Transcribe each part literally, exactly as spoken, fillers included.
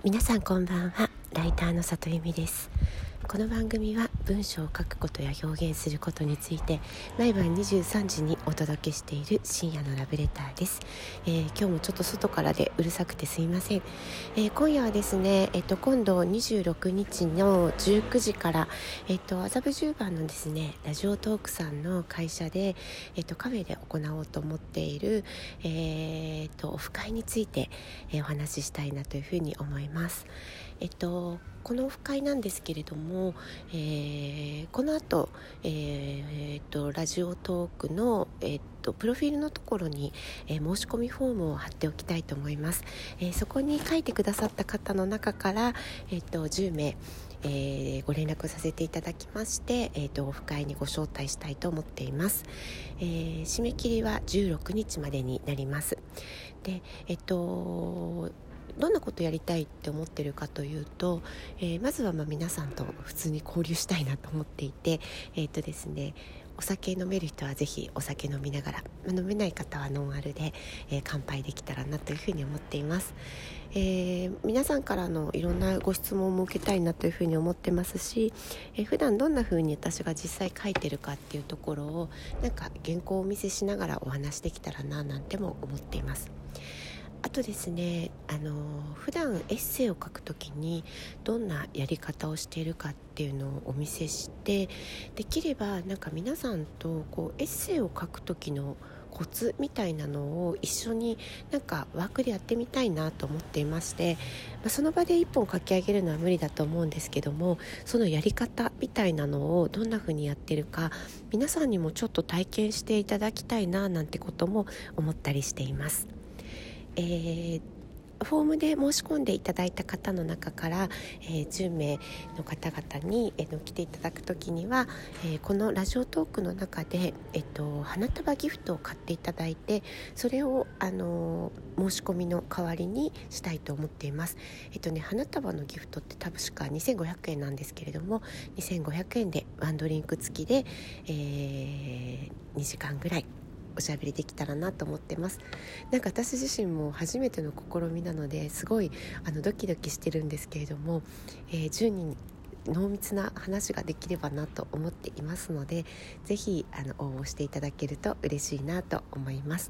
皆さんこんばんは。ライターの里由美です。この番組は文章を書くことや表現することについて毎晩にじゅうさんじにお届けしている深夜のラブレターです。えー、今日もちょっと外からでうるさくてすいません。えー、今夜はですね、えっと、今度にじゅうろくにちのじゅうくじから、えっと、麻布十番のですねラジオトークさんの会社で、えっと、カフェで行おうと思っている、えー、っとオフ会について、えー、お話ししたいなというふうに思います。えっとこのオフ会なんですけれども、えー、この後、えーえー、とラジオトークの、えー、とプロフィールのところに、えー、申し込みフォームを貼っておきたいと思います。えー、そこに書いてくださった方の中から、えー、とじゅうめい、えー、ご連絡させていただきまして、えー、とオフ会にご招待したいと思っています。えー、締め切りはじゅうろくにちまでになります。で、えっ、とどんなことやりたいって思ってるかというと、えー、まずはまあ皆さんと普通に交流したいなと思っていて、えーとですね、お酒飲める人はぜひお酒飲みながら、まあ、飲めない方はノンアルで、えー、乾杯できたらなというふうに思っています。えー、皆さんからのいろんなご質問も受けたいなというふうに思ってますし、えー、普段どんなふうに私が実際書いてるかっていうところをなんか原稿をお見せしながらお話できたらななんても思っています。あとですね、あの普段エッセイを書くときにどんなやり方をしているかっていうのをお見せして、できればなんか皆さんとこうエッセイを書くときのコツみたいなのを一緒になんかワークでやってみたいなと思っていまして、まあ、その場で一本書き上げるのは無理だと思うんですけども、そのやり方みたいなのをどんな風にやってるか皆さんにもちょっと体験していただきたいななんてことも思ったりしています。えー、フォームで申し込んでいただいた方の中から、えー、じゅうめいの方々に、えー、の来ていただくときには、えー、このラジオトークの中で、えー、と花束ギフトを買っていただいて、それを、あのー、申し込みの代わりにしたいと思っています。えっ、とね、花束のギフトって確かにせんごひゃくえんなんですけれども、にせんごひゃくえんでワンドリンク付きで、えー、にじかんぐらいおしゃべりできたらなと思ってます。なんか私自身も初めての試みなのですごいあのドキドキしてるんですけれども、えー、じゅうにん濃密な話ができればなと思っていますので、ぜひあの応募していただけると嬉しいなと思います。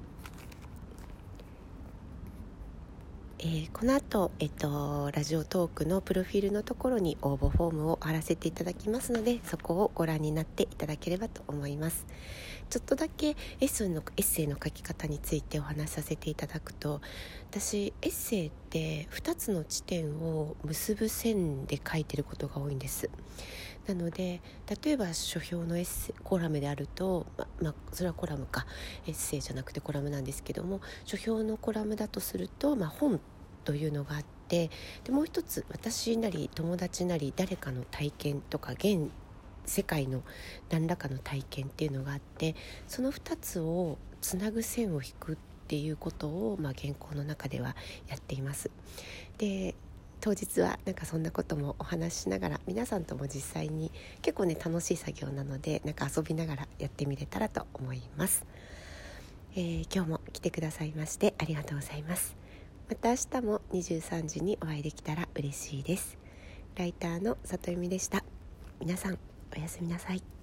えー、この後、えっと、ラジオトークのプロフィールのところに応募フォームを貼らせていただきますので、そこをご覧になっていただければと思います。ちょっとだけエッセイの、エッセイの書き方についてお話しさせていただくと、私エッセイってふたつの地点を結ぶ線で書いてることが多いんです。なので例えば書評のエッセイコラムであると、ままあ、それはコラムかエッセイじゃなくてコラムなんですけども、書評のコラムだとすると、まあ、本というのがあって、でもう一つ私なり友達なり誰かの体験とか現世界の何らかの体験っていうのがあって、そのふたつをつなぐ線を引くっていうことを、まあ、原稿の中ではやっています。で当日はなんかそんなこともお話ししながら、皆さんとも実際に結構ね楽しい作業なので、なんか遊びながらやってみれたらと思います。えー、今日も来てくださいましてありがとうございます。また明日もにじゅうさんじにお会いできたら嬉しいです。ライターの里由美でした。皆さんおやすみなさい。